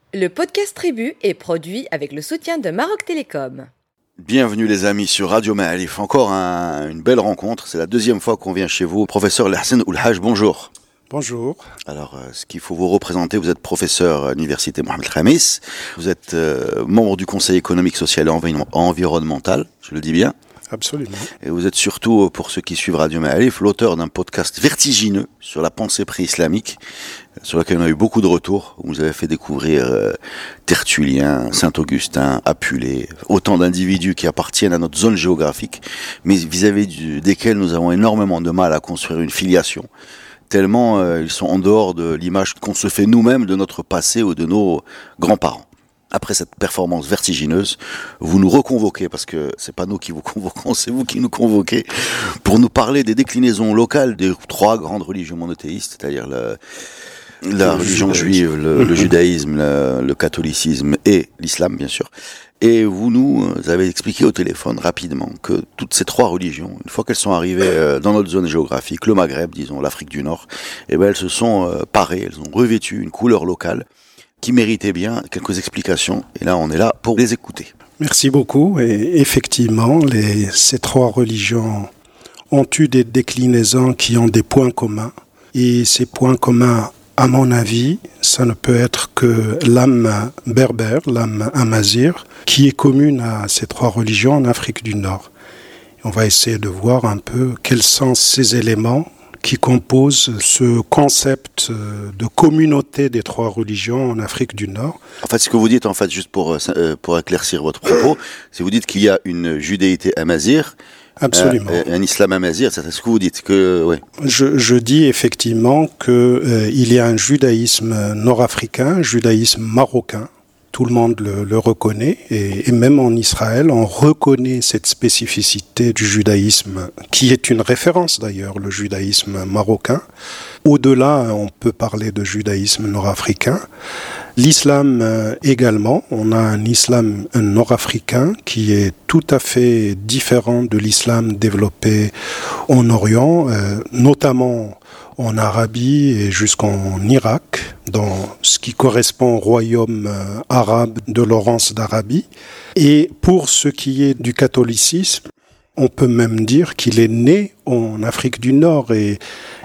Le podcast Tribu est produit avec le soutien de Maroc Télécom. Bienvenue les amis sur Radio Ma'arif. Encore une belle rencontre. C'est la deuxième fois qu'on vient chez vous. Professeur Lahsen Oulhaj, bonjour. Bonjour. Alors, ce qu'il faut vous représenter, vous êtes professeur à l'université Mohamed Khamis. Vous êtes membre du Conseil économique, social et environnemental, je le dis bien. Absolument. Et vous êtes surtout, pour ceux qui suivent Radio Ma'arif, l'auteur d'un podcast vertigineux sur la pensée pré-islamique, sur lequel on a eu beaucoup de retours. Vous avez fait découvrir Tertullien, Saint-Augustin, Apulée, autant d'individus qui appartiennent à notre zone géographique, mais vis-à-vis desquels nous avons énormément de mal à construire une filiation, tellement ils sont en dehors de l'image qu'on se fait nous-mêmes de notre passé ou de nos grands-parents. Après cette performance vertigineuse, vous nous reconvoquez, parce que c'est pas nous qui vous convoquons, c'est vous qui nous convoquez, pour nous parler des déclinaisons locales des trois grandes religions monothéistes, c'est-à-dire la religion juive, le judaïsme, le catholicisme et l'islam, bien sûr. Et vous nous avez expliqué au téléphone rapidement que toutes ces trois religions, une fois qu'elles sont arrivées dans notre zone géographique, le Maghreb, disons, l'Afrique du Nord, elles se sont parées, elles ont revêtu une couleur locale qui méritait bien quelques explications. Et là, on est là pour les écouter. Merci beaucoup. Et effectivement, ces trois religions ont eu des déclinaisons qui ont des points communs. Et ces points communs, à mon avis, ça ne peut être que l'âme berbère, l'âme amazigh, qui est commune à ces trois religions en Afrique du Nord. On va essayer de voir un peu quels sont ces éléments qui composent ce concept de communauté des trois religions en Afrique du Nord. En fait, ce que vous dites, juste pour éclaircir votre propos, c'est vous dites qu'il y a une judéité amazigh, absolument, un islam amazigh, c'est ce que vous dites que, ouais. Je dis effectivement que il y a un judaïsme nord-africain, un judaïsme marocain. Tout le monde le reconnaît, et même en Israël, on reconnaît cette spécificité du judaïsme, qui est une référence d'ailleurs, le judaïsme marocain. Au-delà, on peut parler de judaïsme nord-africain. L'islam également, on a un islam nord-africain qui est tout à fait différent de l'islam développé en Orient, notamment en Arabie et jusqu'en Irak, dans ce qui correspond au royaume arabe de Laurence d'Arabie. Et pour ce qui est du catholicisme, on peut même dire qu'il est né en Afrique du Nord, et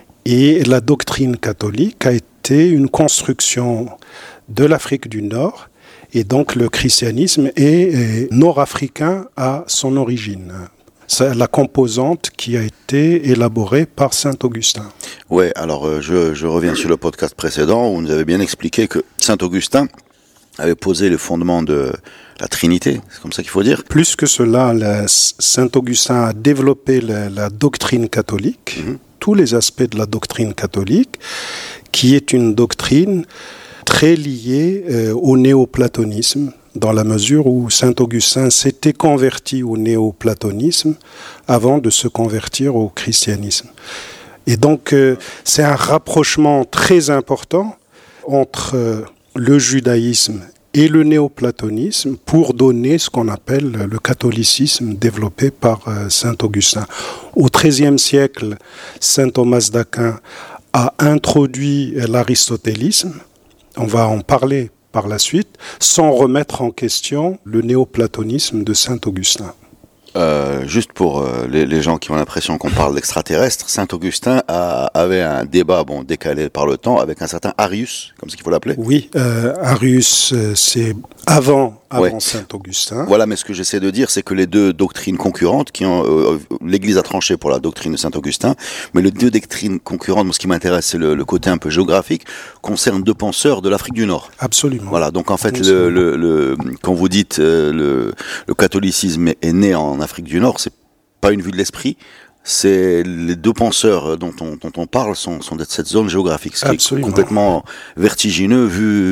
la doctrine catholique a été une construction de l'Afrique du Nord, et donc le christianisme est nord-africain à son origine. C'est la composante qui a été élaborée par Saint-Augustin. Ouais, alors je reviens sur le podcast précédent où vous nous avez bien expliqué que Saint-Augustin avait posé le fondement de la Trinité, c'est comme ça qu'il faut dire. Plus que cela, Saint-Augustin a développé la doctrine catholique, tous les aspects de la doctrine catholique, qui est une doctrine très liée au néoplatonisme, dans la mesure où Saint-Augustin s'était converti au néoplatonisme avant de se convertir au christianisme. Et donc, c'est un rapprochement très important entre le judaïsme et le néoplatonisme pour donner ce qu'on appelle le catholicisme développé par Saint-Augustin. Au XIIIe siècle, saint Thomas d'Aquin a introduit l'aristotélisme. On va en parler par la suite, sans remettre en question le néoplatonisme de Saint-Augustin. Juste pour les gens qui ont l'impression qu'on parle d'extraterrestres, Saint-Augustin avait un débat, décalé par le temps, avec un certain Arius, comme c'est qu'il faut l'appeler. Oui, Arius, c'est avant ouais. Saint-Augustin. Voilà, mais ce que j'essaie de dire, c'est que les deux doctrines concurrentes, l'Église a tranché pour la doctrine de Saint-Augustin, mais les deux doctrines concurrentes, ce qui m'intéresse, c'est le côté un peu géographique, concernent deux penseurs de l'Afrique du Nord. Absolument. Voilà, donc en fait, quand vous dites le catholicisme est né en Afrique du Nord, c'est pas une vue de l'esprit. C'est les deux penseurs dont on parle sont de cette zone géographique, ce qui absolument. Est complètement vertigineux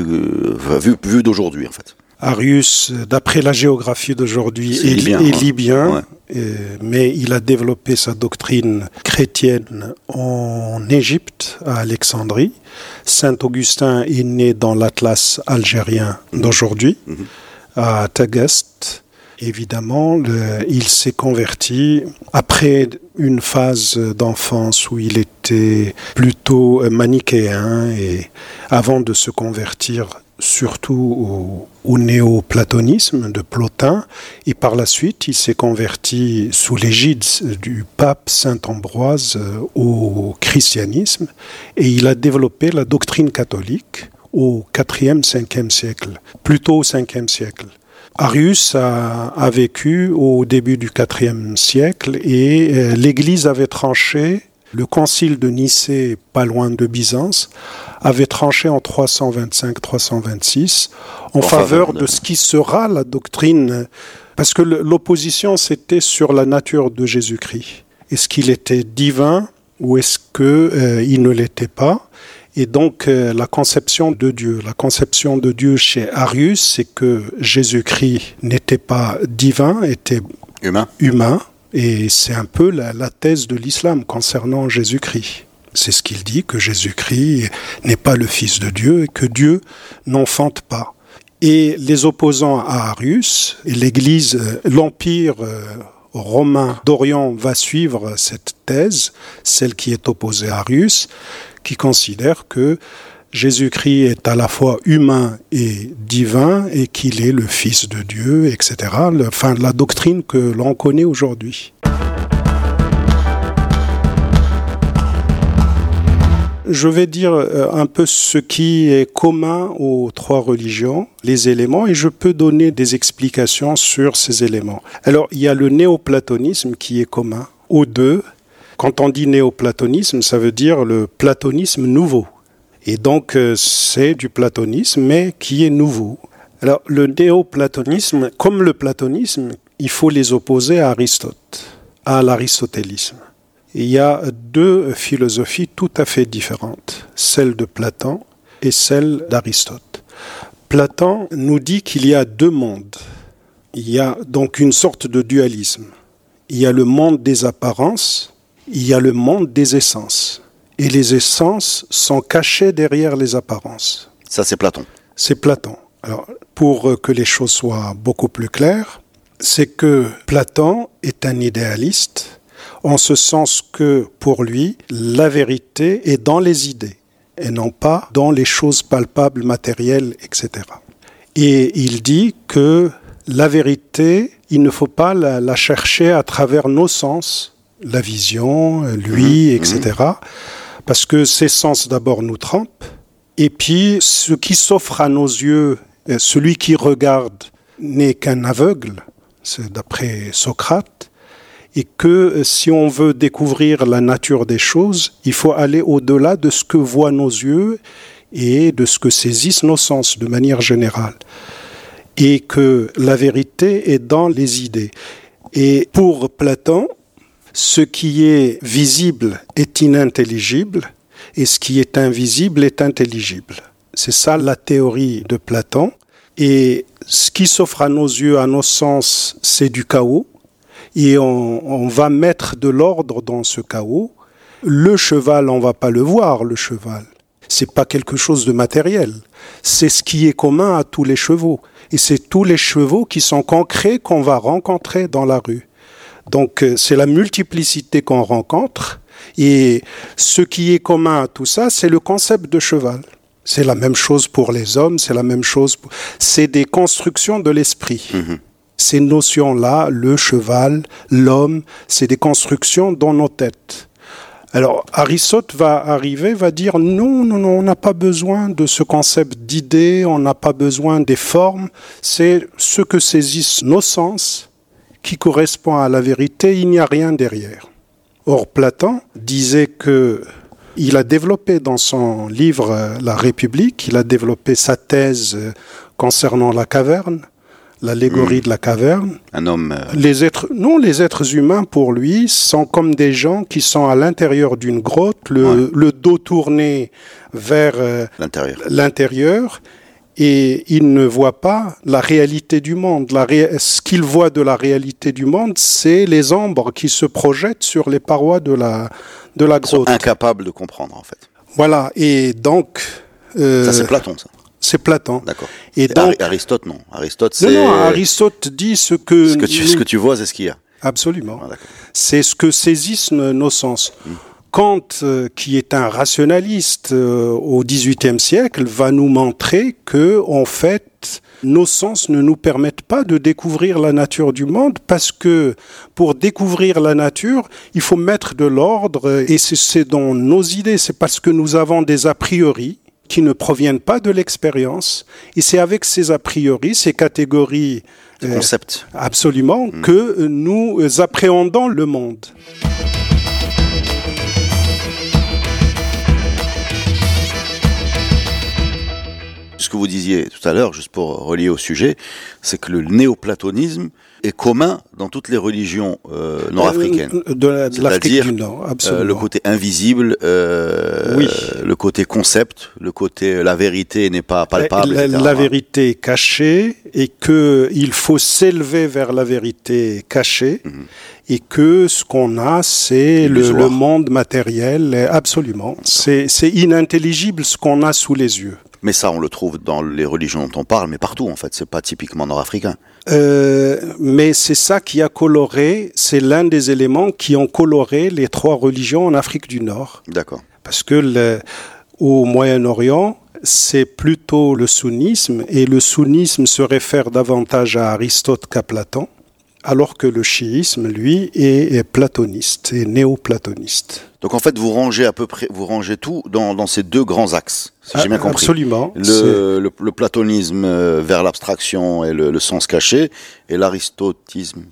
vu d'aujourd'hui en fait. Arius, d'après la géographie d'aujourd'hui, est libyen, ouais. Mais il a développé sa doctrine chrétienne en Égypte, à Alexandrie. Saint-Augustin est né dans l'Atlas algérien d'aujourd'hui, à Tagaste. Évidemment, il s'est converti après une phase d'enfance où il était plutôt manichéen, et avant de se convertir surtout au néoplatonisme de Plotin, et par la suite, il s'est converti sous l'égide du pape Saint Ambroise au christianisme, et il a développé la doctrine catholique au 4e, 5e siècle, plutôt au 5e siècle. Arius a vécu au début du 4e siècle et l'Église avait tranché, le concile de Nicée, pas loin de Byzance, avait tranché en 325-326 en faveur de ce qui sera la doctrine, parce que l'opposition c'était sur la nature de Jésus-Christ. Est-ce qu'il était divin ou est-ce qu'il ne l'était pas ? Et donc, la conception de Dieu chez Arius, c'est que Jésus-Christ n'était pas divin, était humain. Et c'est un peu la thèse de l'islam concernant Jésus-Christ. C'est ce qu'il dit, que Jésus-Christ n'est pas le Fils de Dieu et que Dieu n'enfante pas. Et les opposants à Arius, et l'Église, l'Empire romain d'Orient va suivre cette thèse, celle qui est opposée à Arius, qui considère que Jésus-Christ est à la fois humain et divin et qu'il est le Fils de Dieu, etc. La doctrine que l'on connaît aujourd'hui. Je vais dire un peu ce qui est commun aux trois religions, les éléments, et je peux donner des explications sur ces éléments. Alors, il y a le néoplatonisme qui est commun aux deux. Quand on dit néoplatonisme, ça veut dire le platonisme nouveau. Et donc, c'est du platonisme, mais qui est nouveau. Alors, le néoplatonisme, comme le platonisme, il faut les opposer à Aristote, à l'aristotélisme. Et il y a deux philosophies tout à fait différentes, celle de Platon et celle d'Aristote. Platon nous dit qu'il y a deux mondes. Il y a donc une sorte de dualisme. Il y a le monde des apparences, il y a le monde des essences. Et les essences sont cachées derrière les apparences. Ça, c'est Platon. C'est Platon. Alors, pour que les choses soient beaucoup plus claires, c'est que Platon est un idéaliste, en ce sens que, pour lui, la vérité est dans les idées, et non pas dans les choses palpables, matérielles, etc. Et il dit que la vérité, il ne faut pas la chercher à travers nos sens, la vision, l'ouïe, etc., parce que ces sens d'abord nous trompent, et puis ce qui s'offre à nos yeux, celui qui regarde n'est qu'un aveugle, c'est d'après Socrate, et que si on veut découvrir la nature des choses, il faut aller au-delà de ce que voient nos yeux et de ce que saisissent nos sens de manière générale. Et que la vérité est dans les idées. Et pour Platon, ce qui est visible est inintelligible et ce qui est invisible est intelligible. C'est ça la théorie de Platon. Et ce qui s'offre à nos yeux, à nos sens, c'est du chaos. Et on va mettre de l'ordre dans ce chaos. Le cheval, on ne va pas le voir, le cheval. C'est pas quelque chose de matériel. C'est ce qui est commun à tous les chevaux. Et c'est tous les chevaux qui sont concrets qu'on va rencontrer dans la rue. Donc, c'est la multiplicité qu'on rencontre. Et ce qui est commun à tout ça, c'est le concept de cheval. C'est la même chose pour les hommes, c'est la même chose. C'est des constructions de l'esprit. Ces notions-là, le cheval, l'homme, c'est des constructions dans nos têtes. Alors, Aristote va dire non, on n'a pas besoin de ce concept d'idée, on n'a pas besoin des formes, c'est ce que saisissent nos sens qui correspond à la vérité, il n'y a rien derrière. Or, Platon disait que il a développé dans son livre La République, il a développé sa thèse concernant la caverne, l'allégorie de la caverne. Un homme... Les êtres humains, pour lui, sont comme des gens qui sont à l'intérieur d'une grotte, le dos tourné vers l'intérieur, et ils ne voient pas la réalité du monde. Ce qu'ils voient de la réalité du monde, c'est les ombres qui se projettent sur les parois de la grotte. Ils sont incapables de comprendre, en fait. Voilà, et donc... ça, c'est Platon, ça. C'est Platon. D'accord. Et donc, Aristote, non. Aristote, c'est... Non, Aristote dit ce que... Ce que tu vois, c'est ce qu'il y a. Absolument. Ah, c'est ce que saisissent nos sens. Kant, qui est un rationaliste au XVIIIe siècle, va nous montrer que, en fait, nos sens ne nous permettent pas de découvrir la nature du monde parce que pour découvrir la nature, il faut mettre de l'ordre et c'est dans nos idées, c'est parce que nous avons des a priori qui ne proviennent pas de l'expérience et c'est avec ces a priori, ces catégories, concepts, absolument, que nous appréhendons le monde. Ce que vous disiez tout à l'heure, juste pour relier au sujet, c'est que le néoplatonisme est commun dans toutes les religions nord-africaines. De l'Afrique du Nord, absolument. Le côté invisible, oui. Le côté concept, le côté la vérité n'est pas palpable, etc. La vérité est cachée et qu'il faut s'élever vers la vérité cachée et que ce qu'on a, c'est le monde matériel, absolument. C'est inintelligible ce qu'on a sous les yeux. Mais ça, on le trouve dans les religions dont on parle, mais partout en fait, c'est pas typiquement nord-africain. Mais c'est ça qui a coloré, c'est l'un des éléments qui ont coloré les trois religions en Afrique du Nord. D'accord. Parce que au Moyen-Orient, c'est plutôt le sunnisme, et le sunnisme se réfère davantage à Aristote qu'à Platon, alors que le chiisme, lui, est platoniste, est néoplatoniste. Donc en fait, vous rangez tout dans ces deux grands axes, si j'ai bien compris. Absolument. Le platonisme vers l'abstraction et le sens caché, et l'aristotélisme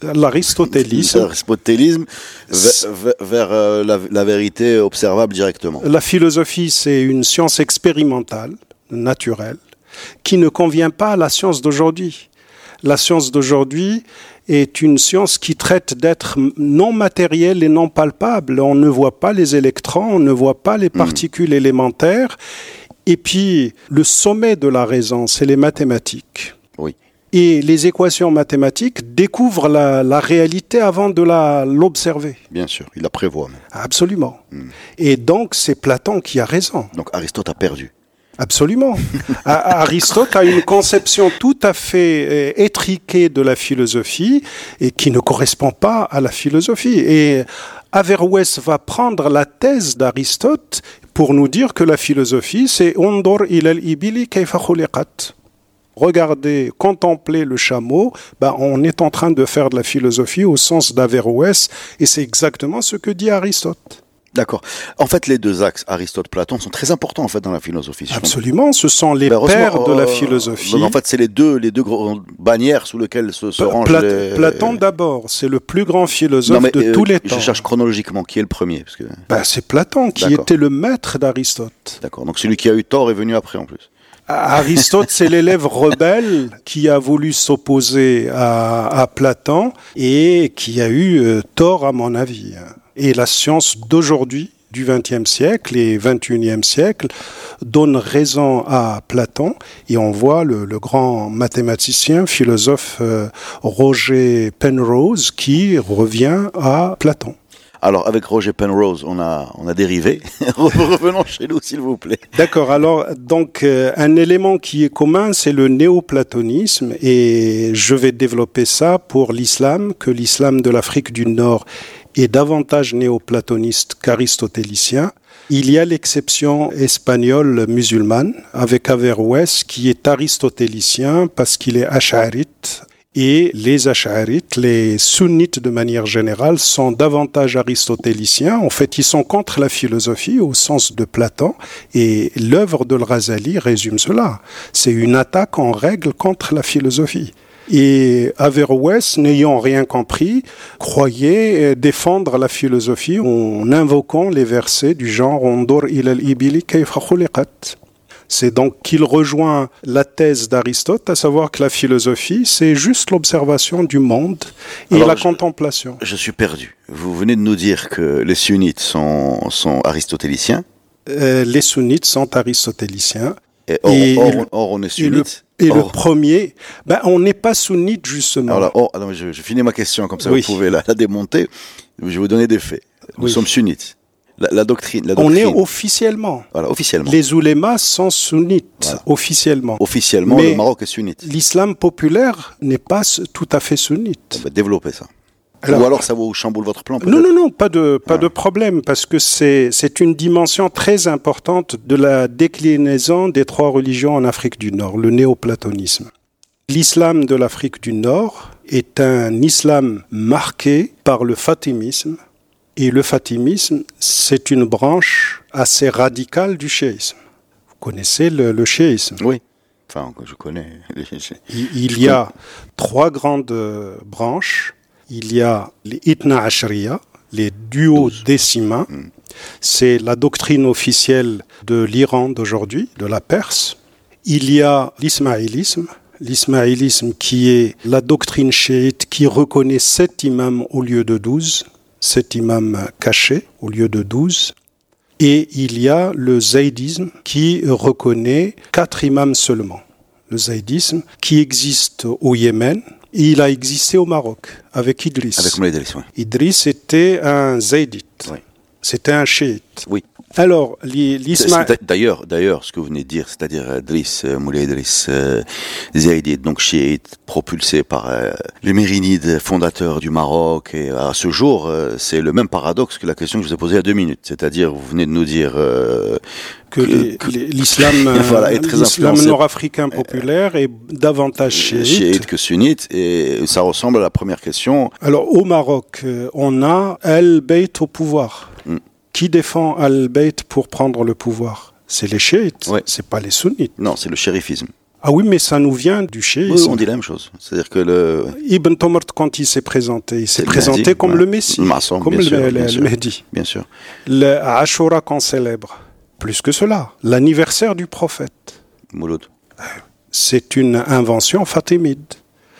vers la vérité observable directement. La philosophie, c'est une science expérimentale, naturelle, qui ne convient pas à la science d'aujourd'hui. La science d'aujourd'hui est une science qui traite d'êtres non matériels et non palpables. On ne voit pas les électrons, on ne voit pas les particules élémentaires. Et puis, le sommet de la raison, c'est les mathématiques. Oui. Et les équations mathématiques découvrent la réalité avant de l'observer. Bien sûr, il la prévoit. Absolument. Et donc, c'est Platon qui a raison. Donc Aristote a perdu. Absolument. Aristote a une conception tout à fait étriquée de la philosophie et qui ne correspond pas à la philosophie. Et Averroès va prendre la thèse d'Aristote pour nous dire que la philosophie, c'est « Undur ilal ibili kayfa khuliqat ». Regardez, contempler le chameau, on est en train de faire de la philosophie au sens d'Averroès et c'est exactement ce que dit Aristote. D'accord. En fait, les deux axes, Aristote-Platon, sont très importants en fait dans la philosophie. Absolument, ce sont les pères de la philosophie. Donc en fait, c'est les deux grandes bannières sous lesquelles se rangent Platon d'abord, c'est le plus grand philosophe de tous les temps. Je cherche chronologiquement, qui est le premier parce que... C'est Platon qui était le maître d'Aristote. D'accord, donc celui qui a eu tort est venu après en plus. Aristote, c'est l'élève rebelle qui a voulu s'opposer à Platon et qui a eu tort à mon avis. Et la science d'aujourd'hui, du XXe siècle et XXIe siècle, donne raison à Platon. Et on voit le grand mathématicien, philosophe Roger Penrose qui revient à Platon. Alors, avec Roger Penrose, on a dérivé. Revenons chez nous, s'il vous plaît. D'accord. Alors, donc, un élément qui est commun, c'est le néoplatonisme. Et je vais développer ça pour l'islam, que l'islam de l'Afrique du Nord est davantage néoplatoniste qu'aristotélicien. Il y a l'exception espagnole musulmane, avec Averroès, qui est aristotélicien parce qu'il est ash'arite. Et les ash'arites, les sunnites de manière générale, sont davantage aristotéliciens. En fait, ils sont contre la philosophie au sens de Platon. Et l'œuvre de Al-Ghazali résume cela. C'est une attaque en règle contre la philosophie. Et Averroès, n'ayant rien compris, croyait défendre la philosophie en invoquant les versets du genre « Undur ilal ibili kayfa khuliqat ». C'est donc qu'il rejoint la thèse d'Aristote, à savoir que la philosophie, c'est juste l'observation du monde et la contemplation. Je suis perdu. Vous venez de nous dire que les sunnites sont aristotéliciens. Les sunnites sont aristotéliciens. Or, on est sunnite. Le premier, on n'est pas sunnite justement. Alors, je finis ma question, comme ça vous pouvez la démonter. Je vais vous donner des faits. Nous sommes sunnites. La doctrine. On est officiellement. Voilà, officiellement. Les oulémas sont sunnites, officiellement. Officiellement, mais le Maroc est sunnite. L'islam populaire n'est pas tout à fait sunnite. On va développer ça. Ou alors ça vous chamboule votre plan peut-être? Non, pas de problème, parce que c'est une dimension très importante de la déclinaison des trois religions en Afrique du Nord, le néoplatonisme. L'islam de l'Afrique du Nord est un islam marqué par le fatimisme, et le fatimisme, c'est une branche assez radicale du chiisme. Vous connaissez le chiisme? Oui, enfin je connais. Il y a trois grandes branches. Il y a les Ithna Ashriya, les duodécimains. C'est la doctrine officielle de l'Iran d'aujourd'hui, de la Perse. Il y a l'ismaélisme qui est la doctrine chiite qui reconnaît 7 imams au lieu de 12, 7 imams cachés au lieu de 12. Et il y a le zaïdisme qui reconnaît 4 imams seulement. Le zaïdisme qui existe au Yémen, et il a existé au Maroc avec Idriss. Avec Moulay Idriss, oui. Idriss était un zaïdite. Oui. C'était un chiite. Oui. Alors, D'ailleurs, ce que vous venez de dire, c'est-à-dire Moulay Idriss, zaïdite, donc chiite, propulsé par les Mérinides fondateurs du Maroc, et à ce jour, c'est le même paradoxe que la question que je vous ai posée il y a 2 minutes. C'est-à-dire, vous venez de nous dire que l'islam voilà, est très l'islam nord-africain populaire est davantage chiite que sunnite, et ça ressemble à la première question. Alors, au Maroc, on a Al-Bayt au pouvoir. Qui défend Al-Bayt pour prendre le pouvoir? C'est les chiites, ouais. C'est pas les sunnites. Non, c'est le shérifisme. Ah oui, mais ça nous vient du chiisme. Oui, on dit la même chose. C'est-à-dire que Ibn Tomart, quand il s'est présenté, comme le Messie, comme le Mehdi. Bien sûr. Le Ashura qu'on célèbre. Plus que cela, l'anniversaire du prophète. Mouloud. C'est une invention fatimide.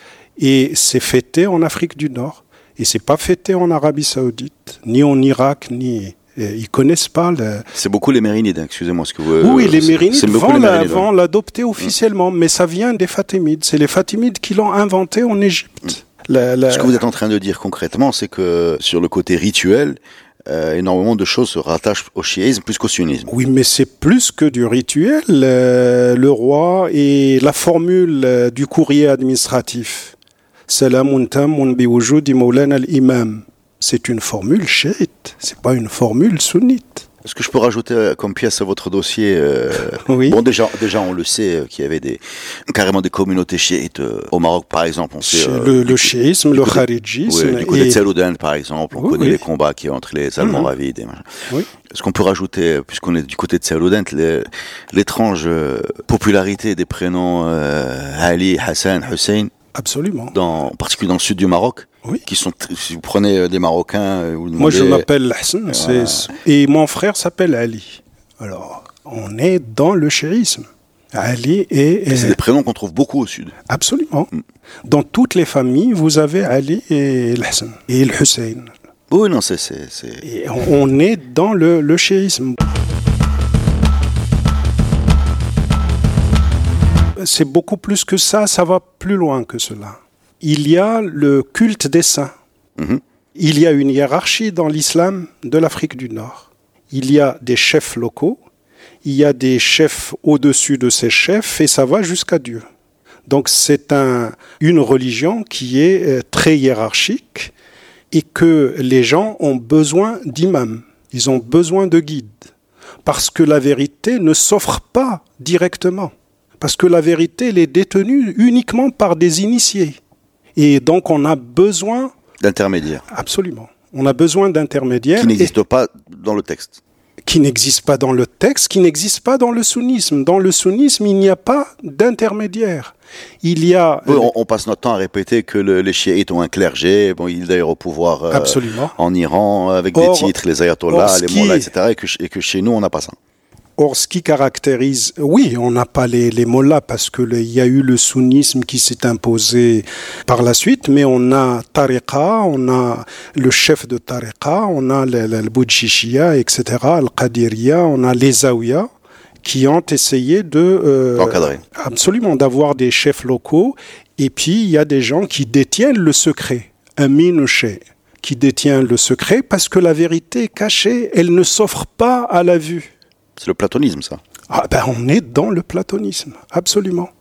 Et c'est fêté en Afrique du Nord. Et c'est pas fêté en Arabie Saoudite, ni en Irak, ni... Ils connaissent pas C'est beaucoup les Mérinides, excusez-moi. Ce que vous, oui, les Mérinides vont l'adopter officiellement, mais ça vient des Fatimides. C'est les Fatimides qui l'ont inventé en Égypte. Ce que vous êtes en train de dire concrètement, c'est que sur le côté rituel, énormément de choses se rattachent au chiisme plus qu'au sunnisme. Oui, mais c'est plus que du rituel. Le roi et la formule du courrier administratif. Salamun tamun biwujudi mawlana al-imam. C'est une formule chiite, c'est pas une formule sunnite. Est-ce que je peux rajouter comme pièce à votre dossier Oui. Bon, déjà, on le sait qu'il y avait carrément des communautés chiites au Maroc, par exemple. On sait, le chiisme, le kharidjisme. Oui, du côté de Tseloudent, par exemple, on connaît les combats qu'il y a entre les Almoravides. Oui. Est-ce qu'on peut rajouter, puisqu'on est du côté de Tseloudent, l'étrange popularité des prénoms Ali, Hassan, Hussein? Absolument. En particulier dans le sud du Maroc. Oui. Qui sont, si vous prenez des Marocains, vous demandez... Moi, je m'appelle Hassan, et mon frère s'appelle Ali. Alors, on est dans le chiisme. Ali et... C'est des prénoms qu'on trouve beaucoup au sud. Absolument. Dans toutes les familles, vous avez Ali et Hassan et le Hussein. Oui, non, c'est... Et on est dans le chiisme. C'est beaucoup plus que ça va plus loin que cela. Il y a le culte des saints. Il y a une hiérarchie dans l'islam de l'Afrique du Nord. Il y a des chefs locaux, il y a des chefs au-dessus de ces chefs, et ça va jusqu'à Dieu. Donc c'est une religion qui est très hiérarchique, et que les gens ont besoin d'imams, ils ont besoin de guides, parce que la vérité ne s'offre pas directement. Parce que la vérité, elle est détenue uniquement par des initiés. Et donc, on a besoin... d'intermédiaires. Absolument. On a besoin d'intermédiaires. Qui n'existent pas dans le texte. Qui n'existent pas dans le texte, qui n'existent pas dans le sunnisme. Dans le sunnisme, il n'y a pas d'intermédiaire. Il y a... Oui, on passe notre temps à répéter que les chiites ont un clergé. Bon, il est d'ailleurs au pouvoir en Iran, avec des titres, les ayatollahs, les mollahs, etc. Et que chez nous, on n'a pas ça. Or, ce qui caractérise... Oui, on n'a pas les mollahs parce qu'il y a eu le sunnisme qui s'est imposé par la suite, mais on a tariqa, on a le chef de tariqa, on a le boudjishia, etc., al-qadiriya, on a les zawiya qui ont essayé d'encadrer. Absolument, d'avoir des chefs locaux. Et puis, il y a des gens qui détiennent le secret, un minouché, qui détient le secret parce que la vérité cachée, elle ne s'offre pas à la vue. C'est le platonisme, ça. On est dans le platonisme, absolument.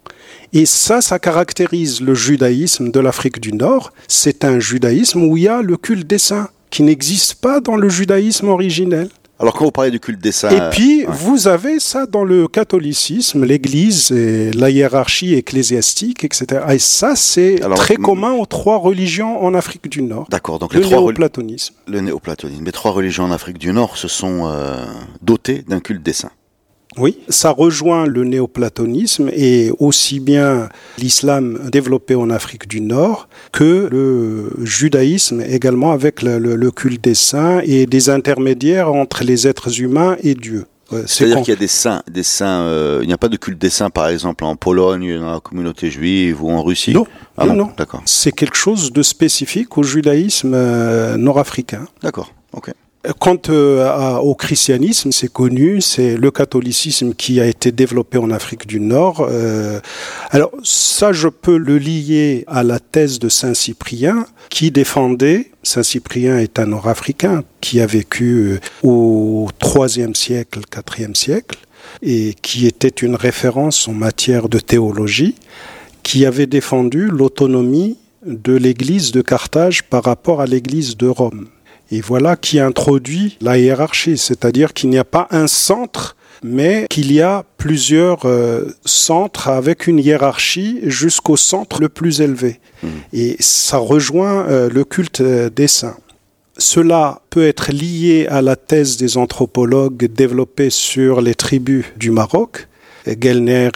Et ça caractérise le judaïsme de l'Afrique du Nord. C'est un judaïsme où il y a le culte des saints, qui n'existe pas dans le judaïsme originel. Alors quand vous parlez du culte des saints... Et puis, vous avez ça dans le catholicisme, l'Église, et la hiérarchie ecclésiastique, etc. Et ça, c'est très commun aux trois religions en Afrique du Nord. D'accord, donc le néoplatonisme. Le néoplatonisme. Les trois religions en Afrique du Nord se sont dotées d'un culte des saints. Oui, ça rejoint le néoplatonisme et aussi bien l'islam développé en Afrique du Nord que le judaïsme également avec le culte des saints et des intermédiaires entre les êtres humains et Dieu. C'est-à-dire qu'il y a des saints, il n'y a pas de culte des saints par exemple en Pologne, dans la communauté juive ou en Russie? Non, non. D'accord. C'est quelque chose de spécifique au judaïsme nord-africain. D'accord, ok. Quant au christianisme, c'est connu, c'est le catholicisme qui a été développé en Afrique du Nord. Alors ça, je peux le lier à la thèse de Saint Cyprien qui défendait, Saint Cyprien est un Nord-Africain qui a vécu au IIIe siècle, IVe siècle, et qui était une référence en matière de théologie, qui avait défendu l'autonomie de l'Église de Carthage par rapport à l'Église de Rome. Et voilà qui introduit la hiérarchie, c'est-à-dire qu'il n'y a pas un centre, mais qu'il y a plusieurs centres avec une hiérarchie jusqu'au centre le plus élevé. Et ça rejoint le culte des saints. Cela peut être lié à la thèse des anthropologues développée sur les tribus du Maroc, Gellner,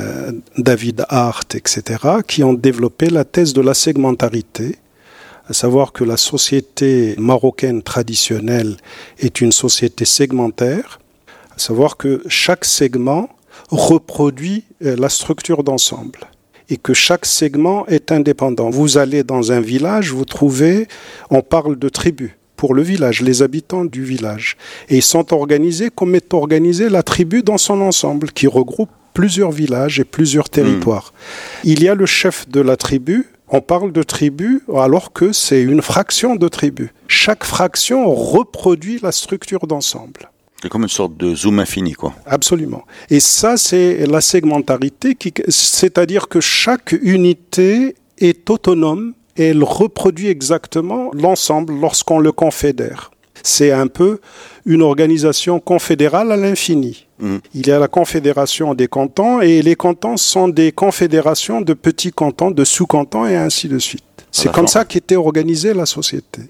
David Hart, etc., qui ont développé la thèse de la segmentarité, à savoir que la société marocaine traditionnelle est une société segmentaire, à savoir que chaque segment reproduit la structure d'ensemble et que chaque segment est indépendant. Vous allez dans un village, vous trouvez, on parle de tribus pour le village, les habitants du village. Et ils sont organisés comme est organisée la tribu dans son ensemble, qui regroupe plusieurs villages et plusieurs territoires. Il y a le chef de la tribu. On parle de tribu alors que c'est une fraction de tribu. Chaque fraction reproduit la structure d'ensemble. C'est comme une sorte de zoom infini, quoi. Absolument. Et ça, c'est la segmentarité, c'est-à-dire que chaque unité est autonome et elle reproduit exactement l'ensemble lorsqu'on le confédère. C'est un peu une organisation confédérale à l'infini. Il y a la confédération des cantons et les cantons sont des confédérations de petits cantons, de sous-cantons et ainsi de suite. C'est comme ça qu'était organisée la société.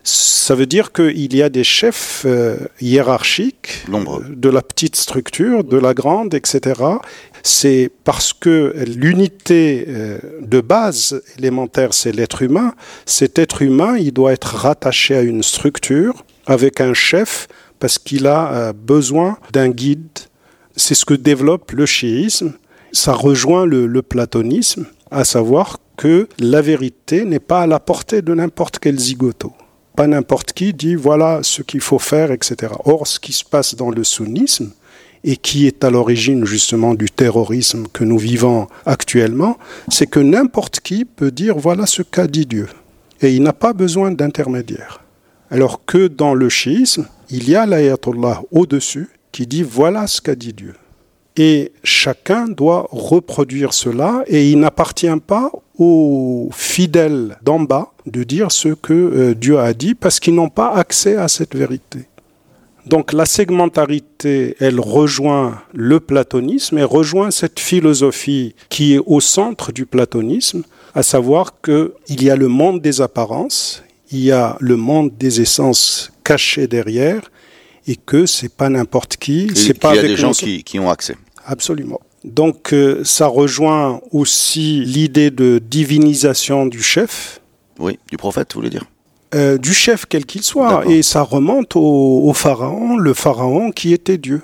Ça veut dire qu'il y a des chefs hiérarchiques de la petite structure, de la grande, etc. C'est parce que l'unité de base élémentaire, c'est l'être humain. Cet être humain, il doit être rattaché à une structure avec un chef parce qu'il a besoin d'un guide. C'est ce que développe le chiisme. Ça rejoint le platonisme, à savoir que la vérité n'est pas à la portée de n'importe quel zigoto. Pas n'importe qui dit voilà ce qu'il faut faire, etc. Or, ce qui se passe dans le sunnisme, et qui est à l'origine justement du terrorisme que nous vivons actuellement, c'est que n'importe qui peut dire voilà ce qu'a dit Dieu. Et il n'a pas besoin d'intermédiaire. Alors que dans le chiisme, il y a l'ayatollah au-dessus qui dit voilà ce qu'a dit Dieu. Et chacun doit reproduire cela et il n'appartient pas aux fidèles d'en bas de dire ce que Dieu a dit parce qu'ils n'ont pas accès à cette vérité. Donc la segmentarité, elle rejoint le platonisme et rejoint cette philosophie qui est au centre du platonisme, à savoir qu'il y a le monde des apparences, il y a le monde des essences cachées derrière et que c'est pas n'importe qui. C'est pas avec des gens qui ont accès. Absolument. Donc ça rejoint aussi l'idée de divinisation du chef. Oui, du prophète, vous voulez dire? Du chef quel qu'il soit. Et ça remonte au pharaon, le pharaon qui était Dieu.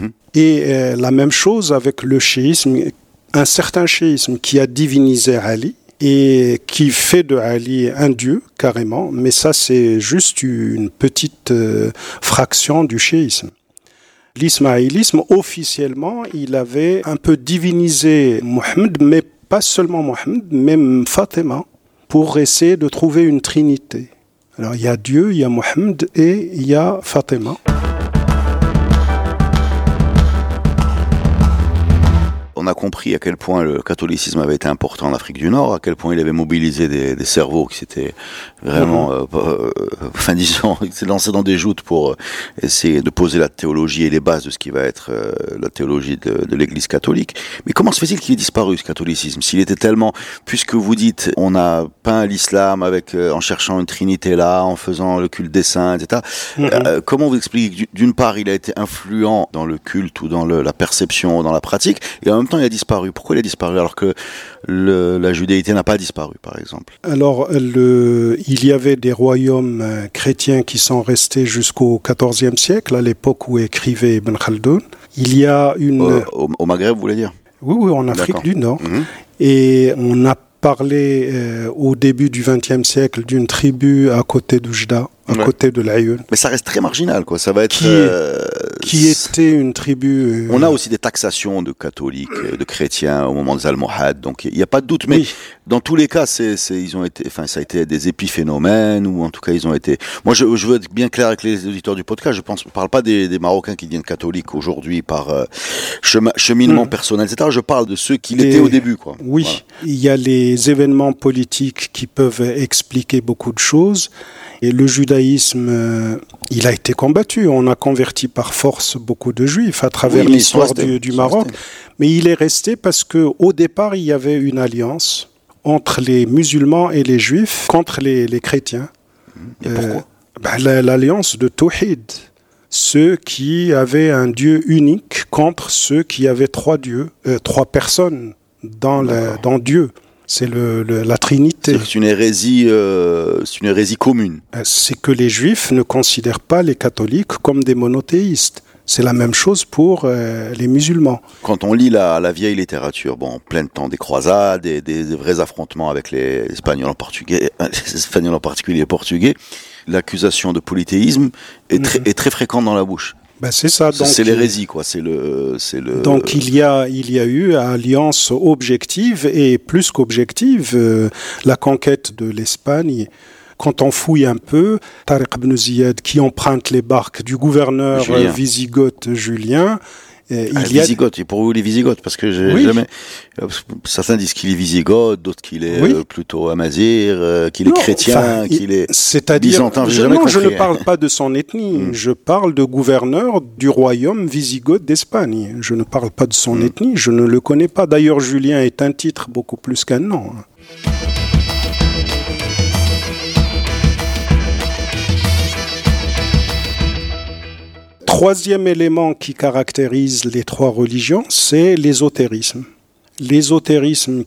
Et la même chose avec le chiisme, un certain chiisme qui a divinisé Ali et qui fait de Ali un dieu carrément, mais ça c'est juste une petite fraction du chiisme. L'ismaélisme, officiellement, il avait un peu divinisé Mohammed, mais pas seulement Mohammed, même Fatima, pour essayer de trouver une trinité. Alors il y a Dieu, il y a Mohammed et il y a On on a compris à quel point le catholicisme avait été important en Afrique du Nord, à quel point il avait mobilisé des cerveaux qui s'étaient vraiment, disons, qui s'étaient lancés dans des joutes pour essayer de poser la théologie et les bases de ce qui va être la théologie de l'Église catholique. Mais comment se fait-il qu'il ait disparu, ce catholicisme, s'il était tellement, puisque vous dites, on a peint l'islam avec, en cherchant une trinité là, en faisant le culte des saints, etc. Comment vous expliquez que d'une part, il a été influent dans le culte ou dans la perception, dans la pratique, et en même temps, il a disparu. Pourquoi il a disparu alors que la judéité n'a pas disparu, par exemple? Alors, il y avait des royaumes chrétiens qui sont restés jusqu'au XIVe siècle, à l'époque où écrivait Ibn Khaldoun. Il y a une... Au Maghreb, vous voulez dire? Oui, en Afrique du Nord. Et on a parlé au début du XXe siècle d'une tribu à côté d'Oujda, à côté de l'Aïeul. Mais ça reste très marginal, quoi. Ça va être... Qui était une tribu... On a aussi des taxations de catholiques, de chrétiens au moment des Almohades, donc il n'y a pas de doute. Mais dans tous les cas, ça a été des épiphénomènes, ou en tout cas ils ont été... Moi, je veux être bien clair avec les auditeurs du podcast. Je ne parle pas des Marocains qui deviennent catholiques aujourd'hui par cheminement personnel, etc. Je parle de ceux qui l'étaient au début, quoi. Oui, voilà. Il y a les événements politiques qui peuvent expliquer beaucoup de choses. Et le judaïsme, il a été combattu. On a converti par force beaucoup de juifs à travers l'histoire du Maroc. Mais il est resté parce qu'au départ, il y avait une alliance entre les musulmans et les juifs contre les chrétiens. Et pourquoi l'alliance de Tawhid. Ceux qui avaient un Dieu unique contre ceux qui avaient trois dieux, trois personnes dans Dieu. C'est la Trinité. C'est une hérésie commune. C'est que les Juifs ne considèrent pas les catholiques comme des monothéistes. C'est la même chose pour les musulmans. Quand on lit la vieille littérature, en plein temps des croisades, des vrais affrontements avec les Espagnols en particulier, les Portugais, l'accusation de polythéisme est très fréquente dans la bouche. C'est ça. Donc, c'est l'hérésie, quoi. Donc il y a eu alliance objective et plus qu'objective, la conquête de l'Espagne. Quand on fouille un peu, Tariq ibn Ziyad qui emprunte les barques du gouverneur wisigothe Julien. Visigoth, et pour vous les Visigoths, parce que jamais... Certains disent qu'il est Visigoth, d'autres qu'il est plutôt amazir, qu'il est chrétien, qu'il est byzantin. Je ne parle pas de son ethnie, je parle de gouverneur du royaume Visigoth d'Espagne. Je ne parle pas de son ethnie, je ne le connais pas. D'ailleurs, Julien est un titre beaucoup plus qu'un nom. Troisième élément qui caractérise les trois religions, c'est l'ésotérisme. L'ésotérisme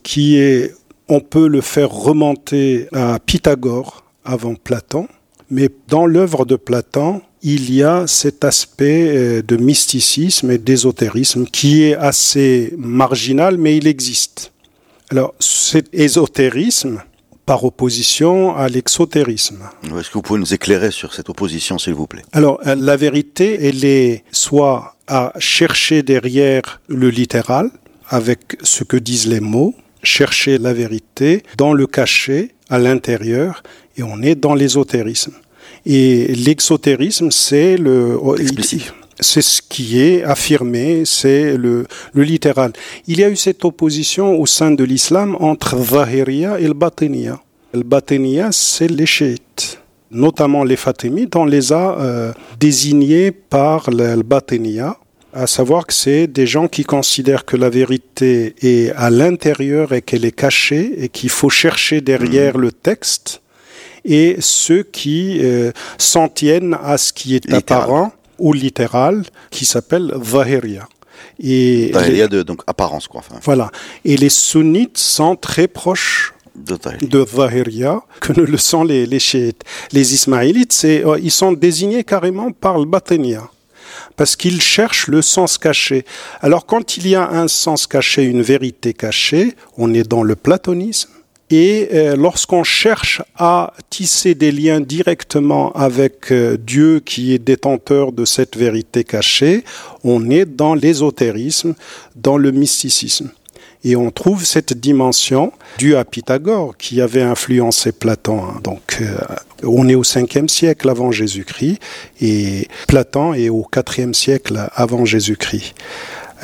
on peut le faire remonter à Pythagore avant Platon, mais dans l'œuvre de Platon, il y a cet aspect de mysticisme et d'ésotérisme qui est assez marginal, mais il existe. Alors, cet ésotérisme, par opposition à l'exotérisme. Est-ce que vous pouvez nous éclairer sur cette opposition, s'il vous plaît? Alors, la vérité, elle est soit à chercher derrière le littéral, avec ce que disent les mots, chercher la vérité dans le cachet, à l'intérieur, et on est dans l'ésotérisme. Et l'exotérisme, c'est explicite. C'est ce qui est affirmé, c'est le littéral. Il y a eu cette opposition au sein de l'islam entre Zahiriya et le Batiniya. Le Batiniya, c'est les chiites. Notamment les Fatimides, on les a désignés par le Batiniya, à savoir que c'est des gens qui considèrent que la vérité est à l'intérieur et qu'elle est cachée et qu'il faut chercher derrière le texte, et ceux qui s'en tiennent à ce qui est apparent ou littéral, qui s'appelle Zahiriya. Zahiriya donc apparence, quoi. Voilà. Et les sunnites sont très proches de Zahiriya que ne le sont les chiites. Les ismaélites, ils sont désignés carrément par le Batiniya, parce qu'ils cherchent le sens caché. Alors quand il y a un sens caché, une vérité cachée, on est dans le platonisme. Et lorsqu'on cherche à tisser des liens directement avec Dieu qui est détenteur de cette vérité cachée, on est dans l'ésotérisme, dans le mysticisme. Et on trouve cette dimension due à Pythagore qui avait influencé Platon. Donc on est au 5e siècle avant Jésus-Christ et Platon est au 4e siècle avant Jésus-Christ. Alors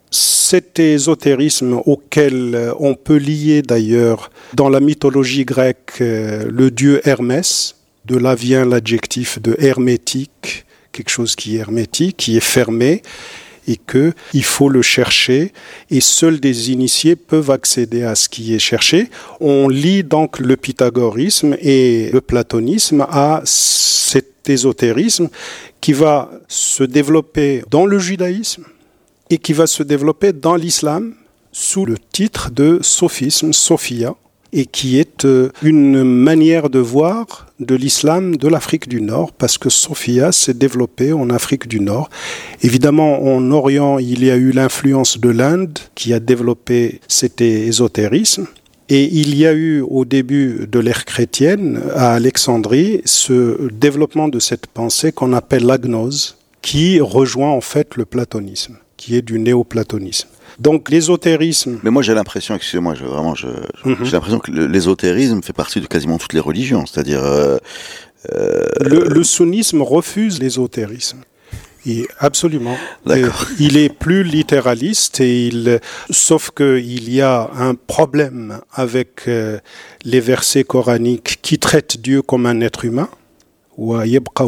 Cet ésotérisme auquel on peut lier d'ailleurs dans la mythologie grecque le dieu Hermès, de là vient l'adjectif de hermétique, quelque chose qui est hermétique, qui est fermé, et qu'il faut le chercher, et seuls des initiés peuvent accéder à ce qui est cherché. On lie donc le pythagorisme et le platonisme à cet ésotérisme qui va se développer dans le judaïsme et qui va se développer dans l'islam sous le titre de sophisme, Sophia, et qui est une manière de voir de l'islam de l'Afrique du Nord, parce que Sophia s'est développée en Afrique du Nord. Évidemment, en Orient, il y a eu l'influence de l'Inde qui a développé cet ésotérisme. Et il y a eu au début de l'ère chrétienne, à Alexandrie, ce développement de cette pensée qu'on appelle la gnose, qui rejoint en fait le platonisme, qui est du néoplatonisme. Donc l'ésotérisme... Mais moi j'ai l'impression, excusez-moi, j'ai l'impression que l'ésotérisme fait partie de quasiment toutes les religions, c'est-à-dire... Le sunnisme refuse l'ésotérisme. Et absolument. D'accord. Il est plus littéraliste, sauf qu'il y a un problème avec les versets coraniques qui traitent Dieu comme un être humain. Donc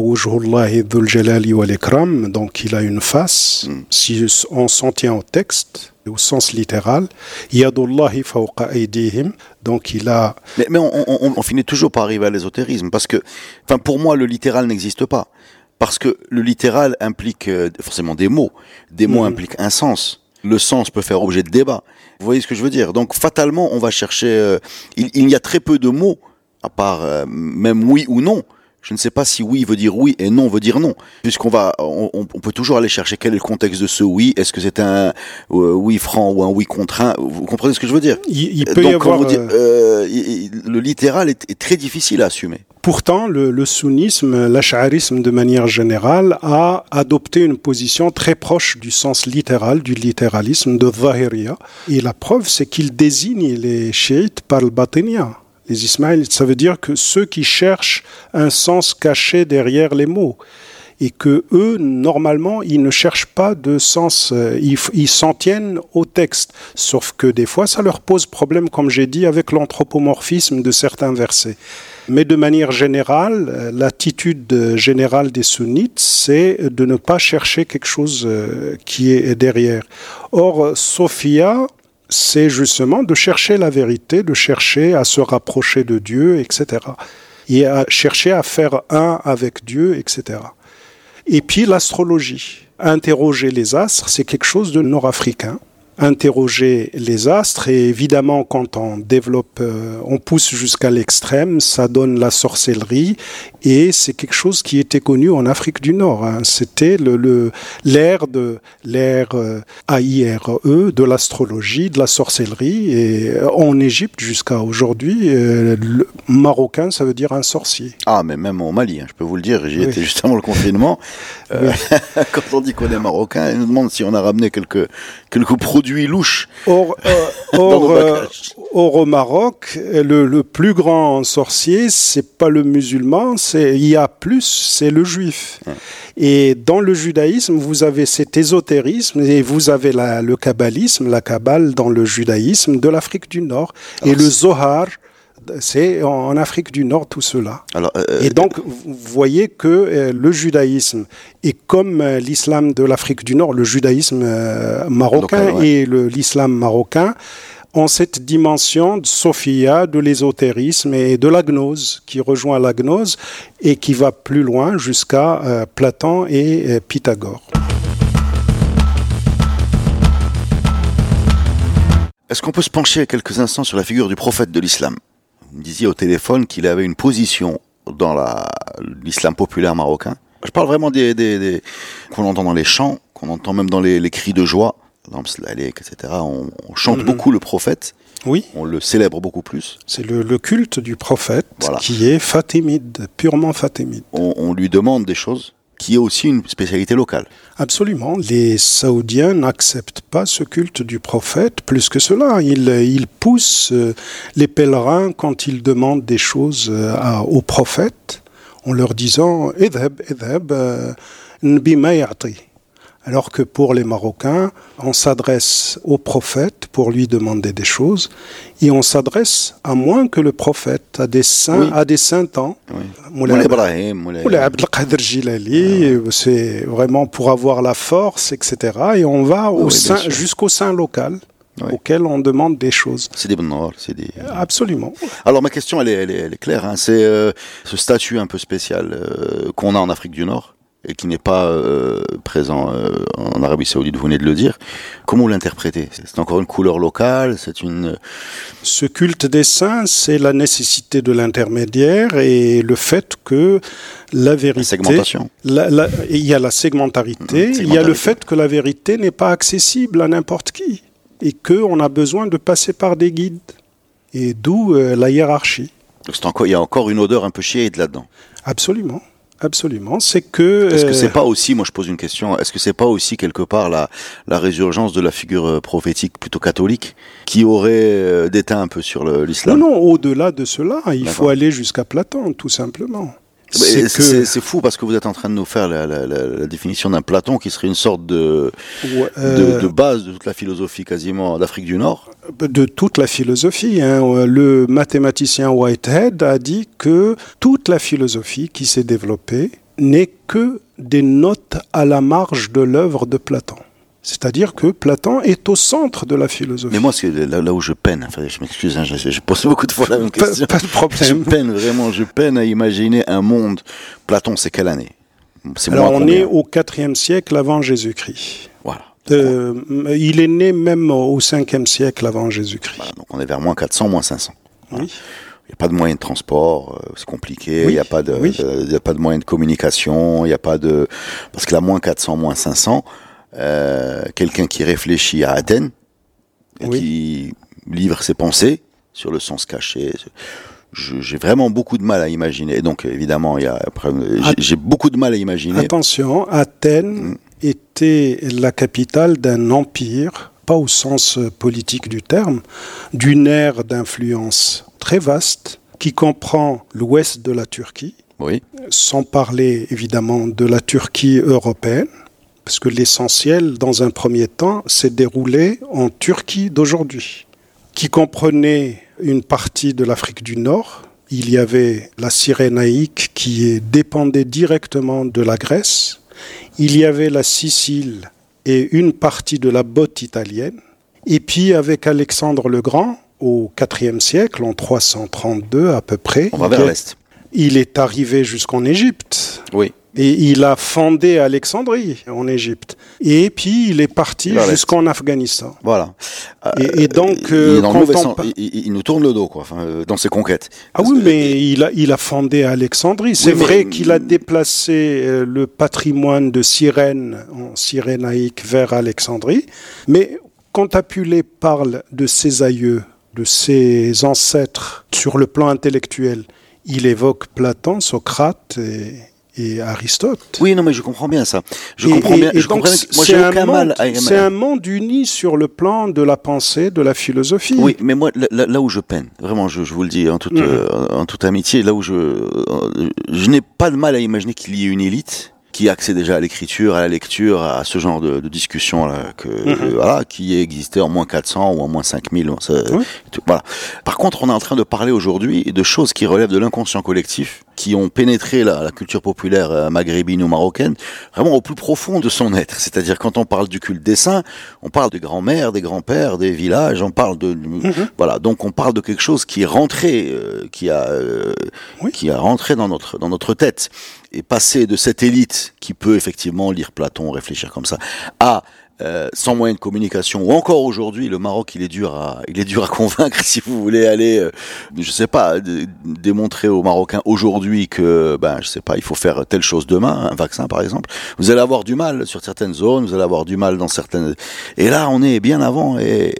il a une face, si on s'en tient au texte, au sens littéral. Donc il a... Mais on finit toujours par arriver à l'ésotérisme, parce que, pour moi, le littéral n'existe pas. Parce que le littéral implique forcément des mots. Des mots impliquent un sens. Le sens peut faire objet de débat. Vous voyez ce que je veux dire? Donc fatalement, on va chercher... il y a très peu de mots, à part même oui ou non. Je ne sais pas si oui veut dire oui et non veut dire non. Puisqu'on peut toujours aller chercher quel est le contexte de ce oui. Est-ce que c'est un oui franc ou un oui contraint? Vous comprenez ce que je veux dire? Il peut y avoir... le littéral est très difficile à assumer. Pourtant, le sunnisme, l'ash'arisme de manière générale, a adopté une position très proche du sens littéral, du littéralisme de Zahiriya. Et la preuve, c'est qu'il désigne les chiites par le batiniya. Les ismaélites, ça veut dire que ceux qui cherchent un sens caché derrière les mots. Et que eux, normalement, ils ne cherchent pas de sens, ils s'en tiennent au texte. Sauf que des fois, ça leur pose problème, comme j'ai dit, avec l'anthropomorphisme de certains versets. Mais de manière générale, l'attitude générale des sunnites, c'est de ne pas chercher quelque chose qui est derrière. Or, Sophia, c'est justement de chercher la vérité, de chercher à se rapprocher de Dieu, etc. Et à chercher à faire un avec Dieu, etc. Et puis l'astrologie. Interroger les astres, c'est quelque chose de nord-africain. Interroger les astres, et évidemment quand on développe, on pousse jusqu'à l'extrême, ça donne la sorcellerie, et c'est quelque chose qui était connu en Afrique du Nord. C'était l'ère AIRE, de l'astrologie, de la sorcellerie, et en Égypte jusqu'à aujourd'hui, le marocain ça veut dire un sorcier. Ah, mais même au Mali, je peux vous le dire, j'y étais juste avant le confinement. Quand on dit qu'on est marocain, ils nous demandent si on a ramené quelques produits louches. Or au Maroc, le plus grand sorcier, c'est pas le musulman, il y a plus, c'est le juif. Et dans le judaïsme, vous avez cet ésotérisme et vous avez le kabbalisme, la kabbale dans le judaïsme de l'Afrique du Nord. Et le Zohar, c'est en Afrique du Nord tout cela. Et donc, vous voyez que le judaïsme est comme l'islam de l'Afrique du Nord, le judaïsme marocain local, et l'islam marocain ont cette dimension de Sophia, de l'ésotérisme et de la gnose, qui rejoint la gnose et qui va plus loin jusqu'à Platon et Pythagore. Est-ce qu'on peut se pencher quelques instants sur la figure du prophète de l'islam? Vous me disiez au téléphone qu'il avait une position dans l'islam populaire marocain. Je parle vraiment qu'on entend dans les chants, qu'on entend même dans les cris de joie, etc. On chante beaucoup le prophète. Oui. On le célèbre beaucoup plus. C'est le culte du prophète qui est fatimide, purement fatimide. On lui demande des choses qui est aussi une spécialité locale. Absolument. Les Saoudiens n'acceptent pas ce culte du prophète. Plus que cela, ils poussent les pèlerins quand ils demandent des choses au prophète en leur disant « Idhab, Nbi ma ya'ti » Alors que pour les Marocains, on s'adresse au prophète pour lui demander des choses et on s'adresse à moins que le prophète, à des saints, à des saintants. Moulay Ibrahim, Moulay Abdelkader Jilali, c'est vraiment pour avoir la force, etc. Et on va jusqu'au saint local. Auquel on demande des choses. C'est des bonnes noirs, c'est des... Absolument. Alors ma question, elle est claire. Hein. C'est ce statut un peu spécial qu'on a en Afrique du Nord et qui n'est pas présent en Arabie Saoudite. Vous venez de le dire. Comment vous l'interprétez ? C'est encore une couleur locale. Ce culte des saints, c'est la nécessité de l'intermédiaire et le fait que la vérité. La segmentation. Il y a la segmentarité. Il y a le fait que la vérité n'est pas accessible à n'importe qui. Et qu'on a besoin de passer par des guides. Et d'où la hiérarchie. Donc il y a encore une odeur un peu chiite là-dedans. Absolument. Absolument. C'est que... Est-ce que c'est pas aussi, moi je pose une question, est-ce que c'est pas aussi quelque part la résurgence de la figure prophétique plutôt catholique qui aurait déteint un peu sur l'islam ? Non, au-delà de cela, il faut aller jusqu'à Platon, tout simplement. C'est fou parce que vous êtes en train de nous faire la définition d'un Platon qui serait une sorte de base de toute la philosophie quasiment d'Afrique du Nord. De toute la philosophie. Hein. Le mathématicien Whitehead a dit que toute la philosophie qui s'est développée n'est que des notes à la marge de l'œuvre de Platon. C'est-à-dire que Platon est au centre de la philosophie. Mais moi, c'est là où je peine. Enfin, je m'excuse, hein, je pose beaucoup de fois la même question. Pas de problème. Je peine à imaginer un monde. Platon, c'est quelle année ? Alors, on est au IVe siècle avant Jésus-Christ. Voilà. Il est né même au 5e siècle avant Jésus-Christ. Voilà, donc on est vers moins 400, moins 500. Voilà. Oui. Il n'y a pas de moyens de transport, c'est compliqué. Il n'y a pas de moyens de communication. Il n'y a pas de... Parce que là, moins 400, moins 500... quelqu'un qui réfléchit à Athènes, qui livre ses pensées sur le sens caché. J'ai vraiment beaucoup de mal à imaginer. Et donc, évidemment, j'ai beaucoup de mal à imaginer. Attention, Athènes était la capitale d'un empire, pas au sens politique du terme, d'une ère d'influence très vaste qui comprend l'ouest de la Turquie, sans parler évidemment de la Turquie européenne. Parce que l'essentiel, dans un premier temps, s'est déroulé en Turquie d'aujourd'hui, qui comprenait une partie de l'Afrique du Nord. Il y avait la Cyrénaïque qui dépendait directement de la Grèce. Il y avait la Sicile et une partie de la botte italienne. Et puis avec Alexandre le Grand, au IVe siècle, en 332 à peu près, on va vers l'Est. Il est arrivé jusqu'en Égypte. Oui. Et il a fondé Alexandrie en Égypte. Et puis il est parti jusqu'en Afghanistan. Voilà. Et donc, il nous tourne le dos, quoi, dans ses conquêtes. Mais il a fondé Alexandrie. C'est vrai qu'il a déplacé le patrimoine de Cyrène en cyrénaïque vers Alexandrie. Mais quand Apulée parle de ses aïeux, de ses ancêtres sur le plan intellectuel, il évoque Platon, Socrate et Aristote. Oui, non, mais je comprends bien ça. Je comprends bien. Moi, j'ai aucun mal à... C'est un monde uni sur le plan de la pensée, de la philosophie. Oui, mais moi, là où je peine, vraiment, je vous le dis en toute amitié, là où je n'ai pas de mal à imaginer qu'il y ait une élite qui a accès déjà à l'écriture, à la lecture, à ce genre de discussion là, qui existait en moins 400 ou en moins 5000. Voilà. Par contre, on est en train de parler aujourd'hui de choses qui relèvent de l'inconscient collectif, qui ont pénétré la culture populaire maghrébine ou marocaine, vraiment au plus profond de son être. C'est-à-dire, quand on parle du culte des saints, on parle des grands-mères, des grands-pères, des villages, on parle voilà. Donc, on parle de quelque chose qui est rentré, qui a rentré dans notre tête. Et passer de cette élite qui peut effectivement lire Platon, réfléchir comme ça, à sans moyen de communication, ou encore aujourd'hui, le Maroc, il est dur à convaincre si vous voulez aller, je sais pas, démontrer aux Marocains aujourd'hui que, je sais pas, il faut faire telle chose demain, un vaccin par exemple. Vous allez avoir du mal sur certaines zones, vous allez avoir du mal dans certaines, et là, on est bien avant,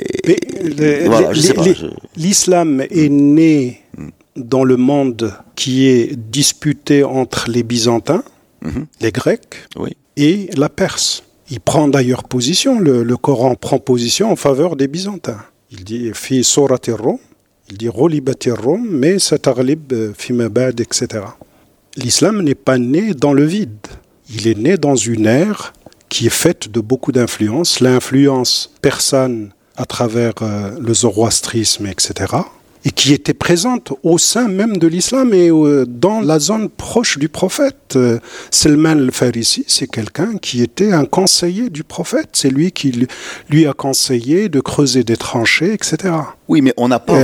l'islam est né dans le monde qui est disputé entre les Byzantins, les Grecs et la Perse. Il prend d'ailleurs position, le Coran prend position en faveur des Byzantins. Il dit « fi surati Rum », il dit « rolibati Rum », mais « sataglib fima ba'd », etc. L'islam n'est pas né dans le vide. Il est né dans une ère qui est faite de beaucoup d'influences. L'influence persane à travers le zoroastrisme, etc., et qui était présente au sein même de l'islam et dans la zone proche du prophète. Salman al-Farisi, c'est quelqu'un qui était un conseiller du prophète. C'est lui qui lui a conseillé de creuser des tranchées, etc. Oui, mais on n'a pas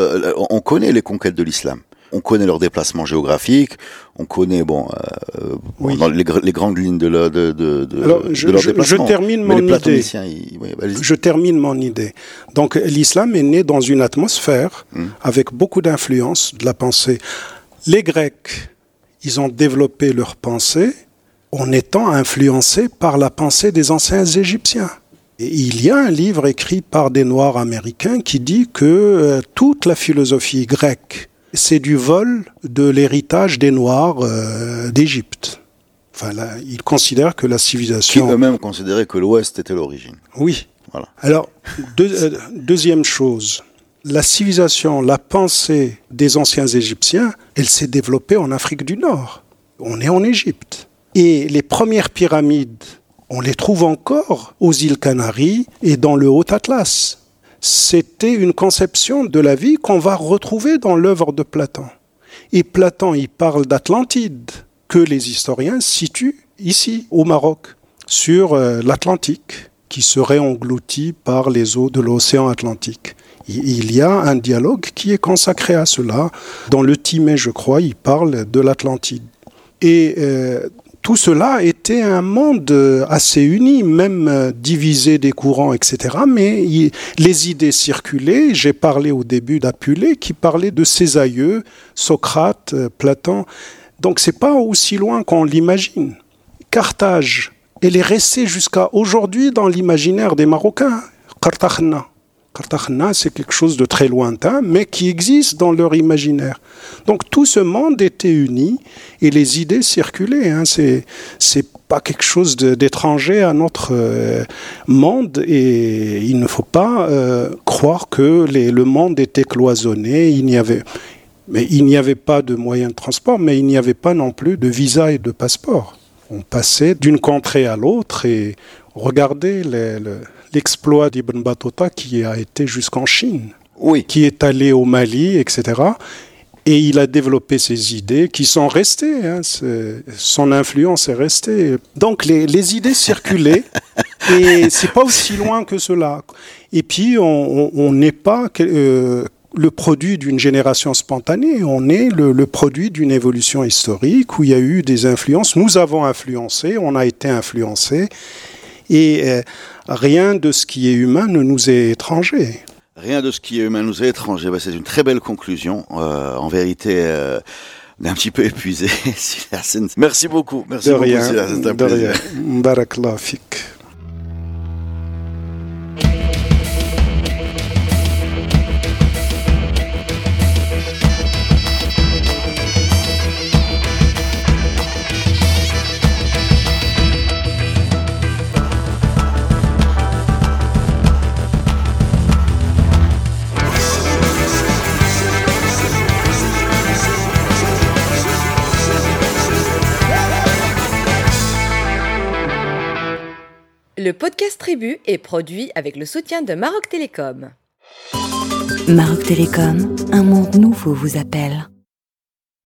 on connaît les conquêtes de l'islam. On connaît leurs déplacements géographiques, on connaît oui. dans les grandes lignes de leur déplacement. Je termine mon idée. Je termine mon idée. Donc l'islam est né dans une atmosphère avec beaucoup d'influence de la pensée. Les Grecs, ils ont développé leur pensée en étant influencés par la pensée des anciens Égyptiens. Et il y a un livre écrit par des Noirs américains qui dit que toute la philosophie grecque, c'est du vol de l'héritage des Noirs d'Égypte. Enfin, là, ils considèrent que la civilisation... Qui eux-mêmes considéraient que l'Ouest était l'origine. Oui. Voilà. Alors, deuxième chose, la civilisation, la pensée des anciens Égyptiens, elle s'est développée en Afrique du Nord. On est en Égypte. Et les premières pyramides, on les trouve encore aux îles Canaries et dans le Haut-Atlas. C'était une conception de la vie qu'on va retrouver dans l'œuvre de Platon. Et Platon, il parle d'Atlantide, que les historiens situent ici, au Maroc, sur l'Atlantique, qui serait englouti par les eaux de l'océan Atlantique. Il y a un dialogue qui est consacré à cela. Dans le Timée, je crois, il parle de l'Atlantide. Et tout cela était un monde assez uni, même divisé des courants, etc. Mais les idées circulaient. J'ai parlé au début d'Apulée, qui parlait de ses aïeux, Socrate, Platon. Donc c'est pas aussi loin qu'on l'imagine. Carthage, elle est restée jusqu'à aujourd'hui dans l'imaginaire des Marocains. Cartagena, c'est quelque chose de très lointain, mais qui existe dans leur imaginaire. Donc tout ce monde était uni et les idées circulaient. C'est pas quelque chose d'étranger à notre monde et il ne faut pas croire que le monde était cloisonné. Il n'y avait pas de moyens de transport, mais il n'y avait pas non plus de visa et de passeport. On passait d'une contrée à l'autre et regardez l'exploit d'Ibn Battuta qui a été jusqu'en Chine, qui est allé au Mali, etc. Et il a développé ses idées qui sont restées. Son influence est restée. Donc les idées circulaient et c'est pas aussi loin que cela. Et puis on n'est pas le produit d'une génération spontanée, on est le produit d'une évolution historique où il y a eu des influences. Nous avons influencé, on a été influencés. Et rien de ce qui est humain ne nous est étranger. Rien de ce qui est humain nous est étranger. C'est une très belle conclusion. En vérité, on est un petit peu épuisé. Merci beaucoup. Merci de beaucoup. Rien, c'est un plaisir. Barakallah fik. Le podcast Tribu est produit avec le soutien de Maroc Télécom. Maroc Télécom, un monde nouveau vous appelle.